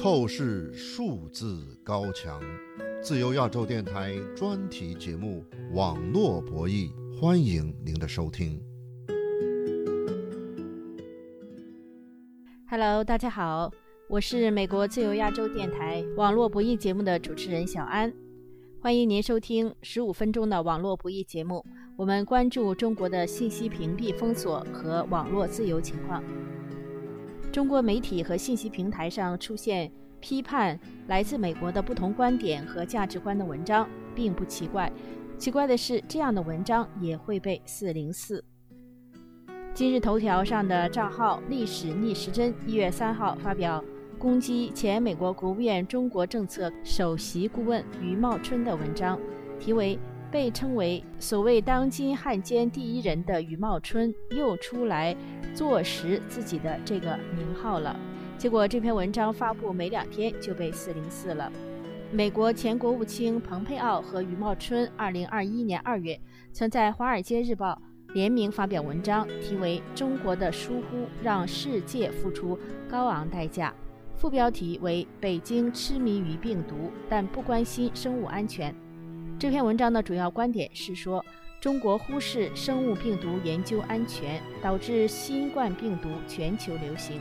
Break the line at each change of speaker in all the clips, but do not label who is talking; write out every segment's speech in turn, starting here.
透视数字高墙，自由亚洲电台专题节目《网络博弈》，欢迎您的收听。
Hello， 大家好，我是美国自由亚洲电台网络博弈节目的主持人小安，欢迎您收听15分钟的网络博弈节目。我们关注中国的信息屏蔽、封锁和网络自由情况。中国媒体和信息平台上出现批判来自美国的不同观点和价值观的文章，并不奇怪。奇怪的是，这样的文章也会被404。今日头条上的账号历史逆时针1月3号发表攻击前美国国务院中国政策首席顾问余茂春的文章，题为被称为所谓当今汉奸第一人的余茂春又出来坐实自己的这个名号了。结果这篇文章发布没2天就被404了。美国前国务卿蓬佩奥和余茂春2021年2月曾在《华尔街日报》联名发表文章，题为中国的疏忽让世界付出高昂代价，副标题为北京痴迷于病毒但不关心生物安全。这篇文章的主要观点是说，中国忽视生物病毒研究安全，导致新冠病毒全球流行。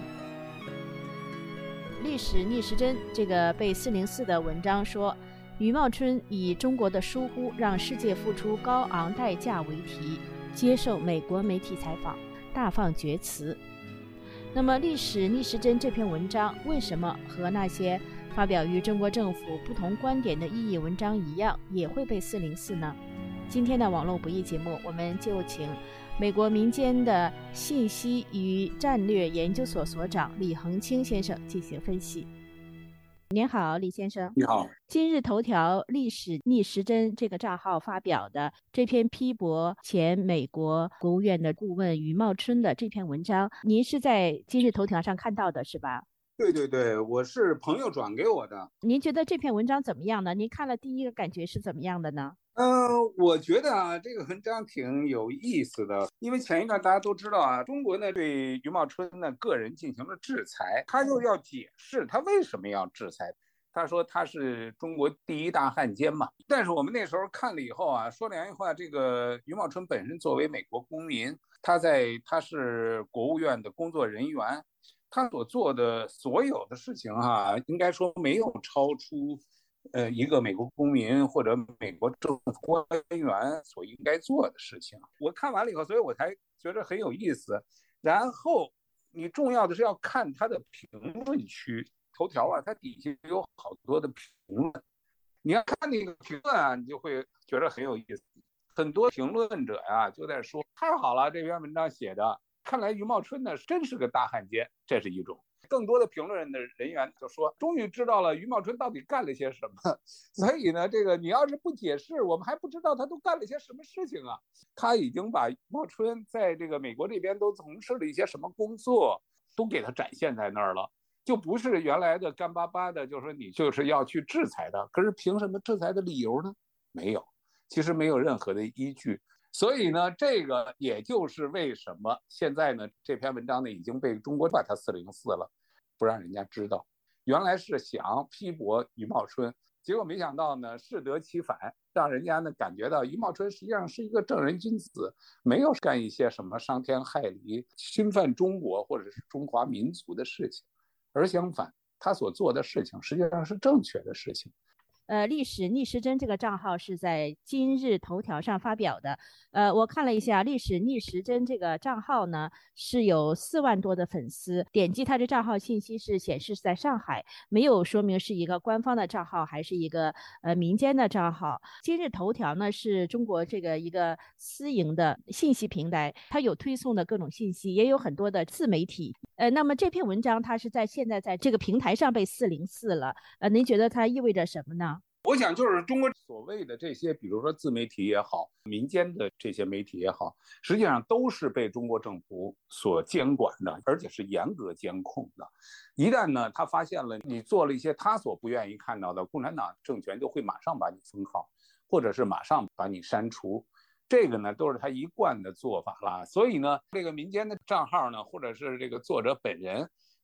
历史逆时针这个被404的文章说，余茂春以中国的疏忽让世界付出高昂代价为题，接受美国媒体采访，大放厥词。那么历史逆时针这篇文章为什么和那些发表于中国政府不同观点的异议文章一样，也会被404呢？今天的网络博弈节目，我们就请美国民间的信息与战略研究所所长李恒清先生进行分析。您好，李先生。
你好。
今日头条历史逆时针这个账号发表的这篇批驳前美国国务院的顾问余茂春的这篇文章，您是在今日头条上看到的是吧？
对，我是朋友转给我的。
您觉得这篇文章怎么样呢？您看了第一个感觉是怎么样的呢？
我觉得啊，这个文章挺有意思的，因为前一段大家都知道啊，中国呢对余茂春呢个人进行了制裁，他又要解释他为什么要制裁。他说他是中国第一大汉奸嘛，但是我们那时候看了以后啊，说良心话，这个余茂春本身作为美国公民，他是国务院的工作人员，他所做的所有的事情应该说没有超出一个美国公民或者美国政府官员所应该做的事情。我看完了以后，所以我才觉得很有意思。然后你重要的是要看他的评论区，头条啊，它底下有好多的评论，你要看那个评论啊，你就会觉得很有意思。很多评论者呀就在说，太好了，这篇文章写的，看来余茂春呢真是个大汉奸，这是一种。更多的评论的人员就说，终于知道了余茂春到底干了些什么，所以呢，这个你要是不解释，我们还不知道他都干了些什么事情啊。他已经把余茂春在这个美国这边都从事了一些什么工作，都给他展现在那儿了，就不是原来的干巴巴的，就是说你就是要去制裁他。可是凭什么制裁的理由呢？没有，其实没有任何的依据。所以呢，这个也就是为什么现在呢，这篇文章呢已经被中国把它404了，不让人家知道。原来是想批驳余茂春，结果没想到呢适得其反，让人家呢感觉到余茂春实际上是一个正人君子，没有干一些什么伤天害理、侵犯中国或者是中华民族的事情，而相反，他所做的事情实际上是正确的事情。
历史逆时针这个账号是在今日头条上发表的。我看了一下，历史逆时针这个账号呢是有4万多的粉丝，点击它的账号信息是显示是在上海，没有说明是一个官方的账号还是一个民间的账号。今日头条呢是中国这个一个私营的信息平台，它有推送的各种信息，也有很多的自媒体。那么这篇文章它是现在在这个平台上被404了，您觉得它意味着什么呢？
我想就是中国所谓的这些，比如说自媒体也好，民间的这些媒体也好，实际上都是被中国政府所监管的，而且是严格监控的。一旦呢，他发现了你做了一些他所不愿意看到的，共产党政权就会马上把你封号，或者是马上把你删除。这个呢都是他一贯的做法了。所以呢，这个民间的账号呢，或者是这个作者本人，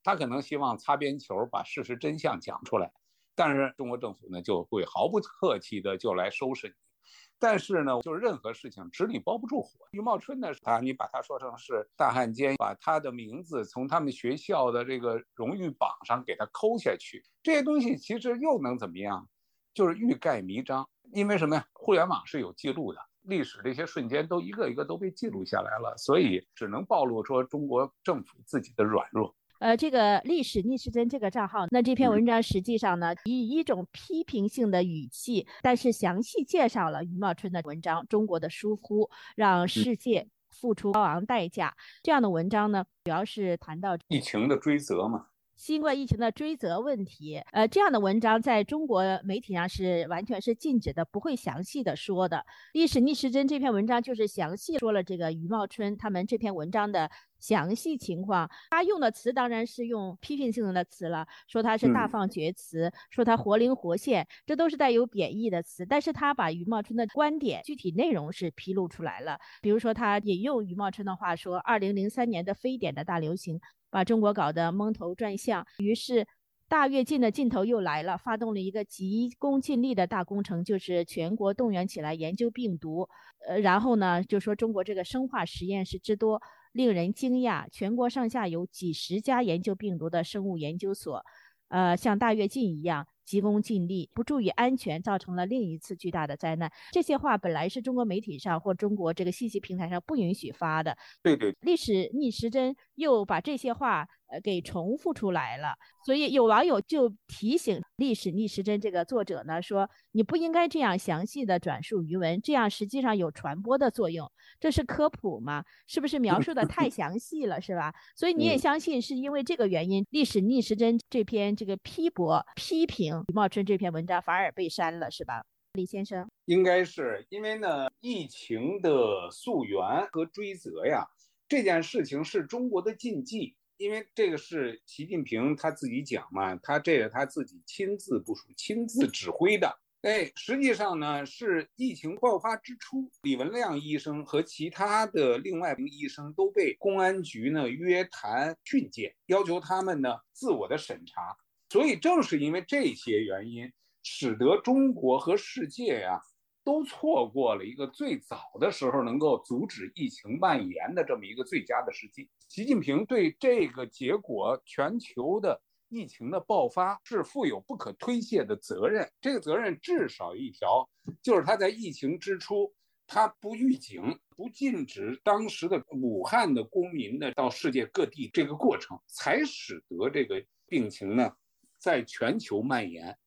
他可能希望擦边球，把事实真相讲出来，但是中国政府呢就会毫不客气的就来收拾你。但是呢，就是任何事情纸里包不住火。余茂春呢，你把他说成是大汉奸，把他的名字从他们学校的这个荣誉榜上给他抠下去，这些东西其实又能怎么样？就是欲盖弥彰。因为什么呀？互联网是有记录的，历史这些瞬间都一个一个都被记录下来了，所以只能暴露说中国政府自己的软弱。
这个历史逆时针这个账号，那这篇文章实际上呢，以一种批评性的语气，但是详细介绍了余茂春的文章《中国的疏忽让世界付出高昂代价》这样的文章呢，主要是谈到
疫情的追责嘛。
新冠疫情的追责问题，这样的文章在中国媒体上是完全是禁止的，不会详细的说的。历史逆时针这篇文章就是详细说了这个余茂春他们这篇文章的详细情况，他用的词当然是用批评性的词了，说他是大放厥词，说他活灵活现，这都是带有贬义的词，但是他把余茂春的观点具体内容是披露出来了。比如说他引用余茂春的话说，2003年的非典的大流行把中国搞得蒙头转向，于是大跃进的劲头又来了，发动了一个急功近利的大工程，就是全国动员起来研究病毒。然后呢，就说中国这个生化实验室之多令人惊讶，全国上下有几十家研究病毒的生物研究所，像大跃进一样急功近利，不注意安全，造成了另一次巨大的灾难。这些话本来是中国媒体上或中国这个信息平台上不允许发的。
对对，
历史逆时针又把这些话给重复出来了，所以有网友就提醒历史逆时针这个作者呢，说你不应该这样详细的转述余文，这样实际上有传播的作用，这是科普吗？是不是描述的太详细了，是吧？所以你也相信是因为这个原因，历史逆时针这篇这个批评余茂春这篇文章反而被删了，是吧？李先生，
应该是因为呢，疫情的溯源和追责呀，这件事情是中国的禁忌。因为这个是习近平他自己讲嘛，这是他自己亲自部署、亲自指挥的。实际上呢，是疫情爆发之初，李文亮医生和其他的另外医生都被公安局呢约谈训诫，要求他们呢自我的审查。所以正是因为这些原因，使得中国和世界呀都错过了一个最早的时候能够阻止疫情蔓延的这么一个最佳的时机。习近平对这个结果，全球的疫情的爆发是负有不可推卸的责任。这个责任至少一条，就是他在疫情之初，他不预警、不禁止当时的武汉的公民呢到世界各地，这个过程才使得这个病情呢在全球蔓延。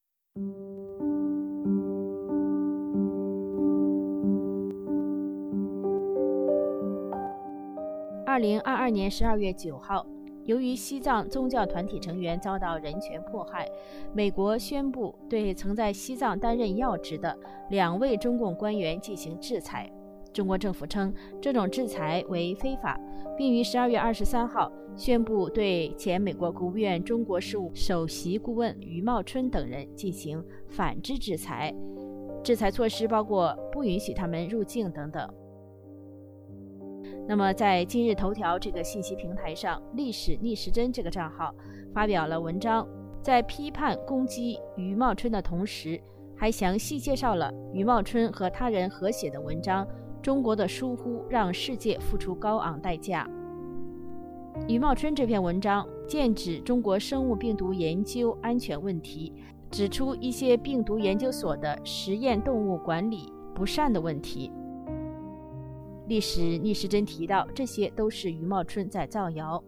2022年12月9号，由于西藏宗教团体成员遭到人权迫害，美国宣布对曾在西藏担任要职的2位中共官员进行制裁。中国政府称这种制裁为非法，并于12月23号宣布对前美国国务院中国事务首席顾问余茂春等人进行反制制裁。制裁措施包括不允许他们入境等等。那么在今日头条这个信息平台上，历史逆时针这个账号发表了文章，在批判攻击余茂春的同时，还详细介绍了余茂春和他人合写的文章《中国的疏忽让世界付出高昂代价》。余茂春这篇文章剑指中国生物病毒研究安全问题，指出一些病毒研究所的实验动物管理不善的问题。历史逆时针提到，这些都是余茂春在造谣。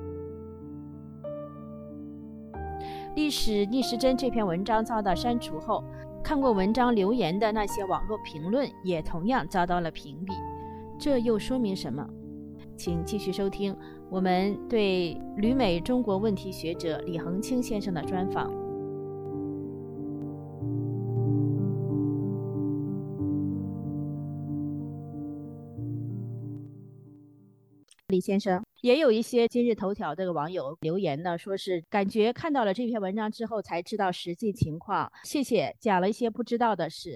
历史逆时针这篇文章遭到删除后，看过文章留言的那些网络评论也同样遭到了屏蔽，这又说明什么？请继续收听我们对旅美中国问题学者李恒清先生的专访。李先生，也有一些今日头条这个网友留言呢，说是感觉看到了这篇文章之后才知道实际情况，谢谢，讲了一些不知道的事。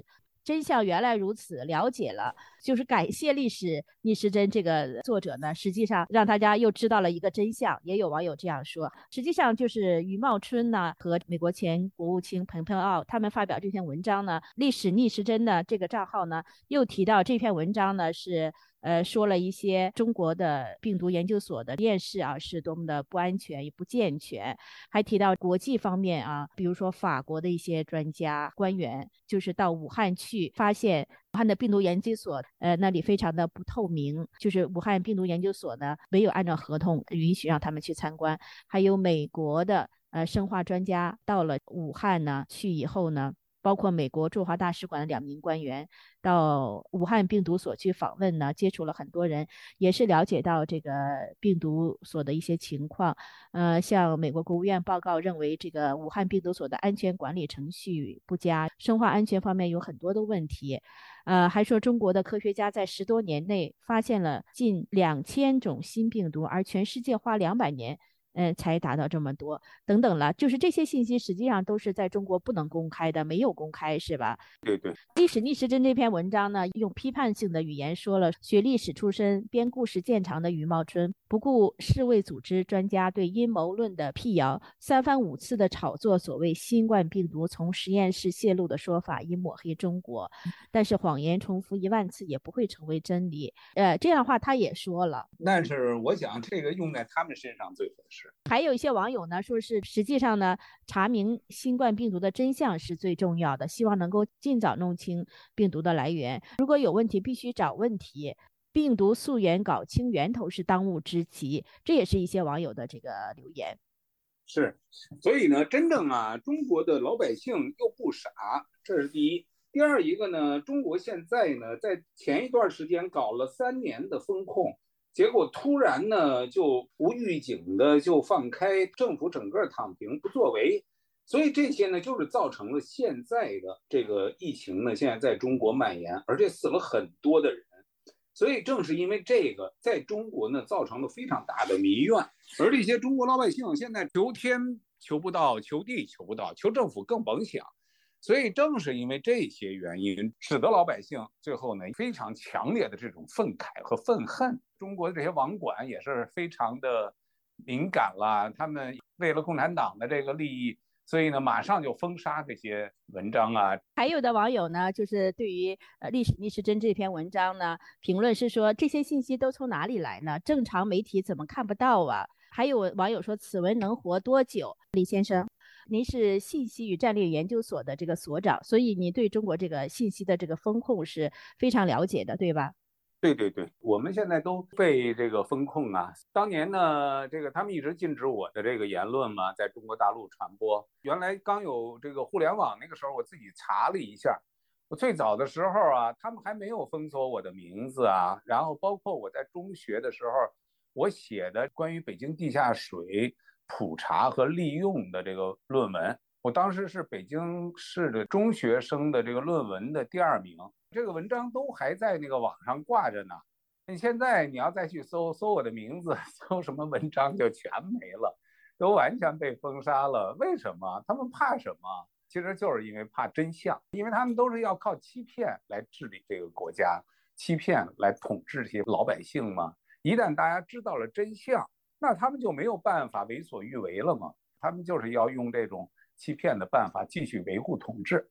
真相原来如此，了解了，就是感谢历史逆时针这个作者呢，实际上让大家又知道了一个真相。也有网友这样说，实际上就是余茂春呢和美国前国务卿蓬佩奥他们发表这篇文章呢，历史逆时针的这个账号呢又提到这篇文章呢是说了一些中国的病毒研究所的实验室啊是多么的不安全也不健全，还提到国际方面啊，比如说法国的一些专家官员就是到武汉去，发现武汉的病毒研究所那里非常的不透明，就是武汉病毒研究所呢没有按照合同允许让他们去参观，还有美国的生化专家到了武汉呢去以后呢，包括美国驻华大使馆的2名官员到武汉病毒所去访问呢，接触了很多人，也是了解到这个病毒所的一些情况。像美国国务院报告认为，这个武汉病毒所的安全管理程序不佳，生化安全方面有很多的问题。还说中国的科学家在10多年内发现了近2000种新病毒，而全世界花200年。才达到这么多，等等了，就是这些信息实际上都是在中国不能公开的，没有公开，是吧？
对对。
历史逆时针这篇文章呢，用批判性的语言说了，学历史出身、编故事见长的余茂春，不顾世卫组织专家对阴谋论的辟谣，3番5次的炒作所谓新冠病毒从实验室泄露的说法，以抹黑中国。但是谎言重复1万次也不会成为真理。这样的话他也说了。
但是我想这个用在他们身上最合适。
还有一些网友呢说是实际上呢查明新冠病毒的真相是最重要的，希望能够尽早弄清病毒的来源，如果有问题必须找问题，病毒溯源搞清源头是当务之急，这也是一些网友的这个留言。
是，所以呢真正中国的老百姓又不傻，这是第一。第二一个呢，中国现在呢在前一段时间搞了3年的封控，结果突然呢就无预警的就放开，政府整个躺平不作为，所以这些呢就是造成了现在的这个疫情呢现在在中国蔓延，而且死了很多的人。所以正是因为这个在中国呢造成了非常大的民怨，而这些中国老百姓现在求天求不到，求地求不到，求政府更甭想。所以正是因为这些原因，使得老百姓最后呢非常强烈的这种愤慨和愤恨。中国的这些网管也是非常的敏感了，他们为了共产党的这个利益，所以呢马上就封杀这些文章啊。
还有的网友呢就是对于历史逆时针这篇文章呢评论是说，这些信息都从哪里来呢？正常媒体怎么看不到啊？还有网友说，此文能活多久？李先生，您是信息与战略研究所的这个所长，所以你对中国这个信息的这个风控是非常了解的，对吧？
对对对，我们现在都被这个风控啊。当年呢，这个他们一直禁止我的这个言论嘛，在中国大陆传播。原来刚有这个互联网那个时候，我自己查了一下，我最早的时候他们还没有封锁我的名字啊。然后包括我在中学的时候，我写的关于北京地下水普查和利用的这个论文，我当时是北京市的中学生的这个论文的第2名，这个文章都还在那个网上挂着呢。你现在你要再去搜我的名字，搜什么文章就全没了，都完全被封杀了。为什么？他们怕什么？其实就是因为怕真相，因为他们都是要靠欺骗来治理这个国家，欺骗来统治这些老百姓嘛。一旦大家知道了真相，那他们就没有办法为所欲为了嘛。他们就是要用这种欺骗的办法继续维护统治。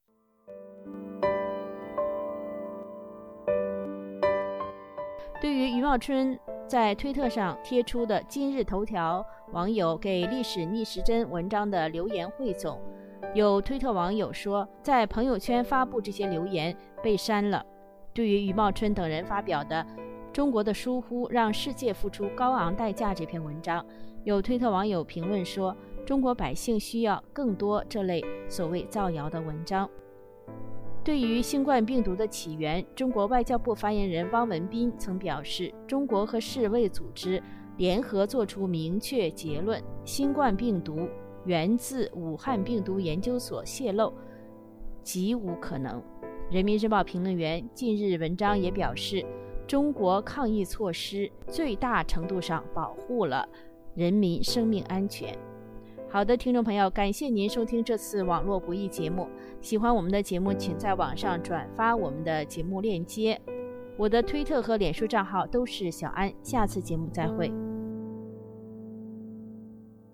对于余茂春在推特上贴出的今日头条网友给历史逆时针文章的留言汇总，有推特网友说，在朋友圈发布这些留言被删了。对于余茂春等人发表的中国的疏忽让世界付出高昂代价这篇文章，有推特网友评论说，中国百姓需要更多这类所谓造谣的文章。对于新冠病毒的起源，中国外交部发言人汪文斌曾表示，中国和世卫组织联合作出明确结论，新冠病毒源自武汉病毒研究所泄露，极无可能。人民日报评论员近日文章也表示，中国抗疫措施最大程度上保护了人民生命安全。 好的，听众朋友，感谢您收听这次网络不易节目。喜欢我们的节目，请在网上转发我们的节目链接。我的推特和脸书账号都是小安，下次节目再会。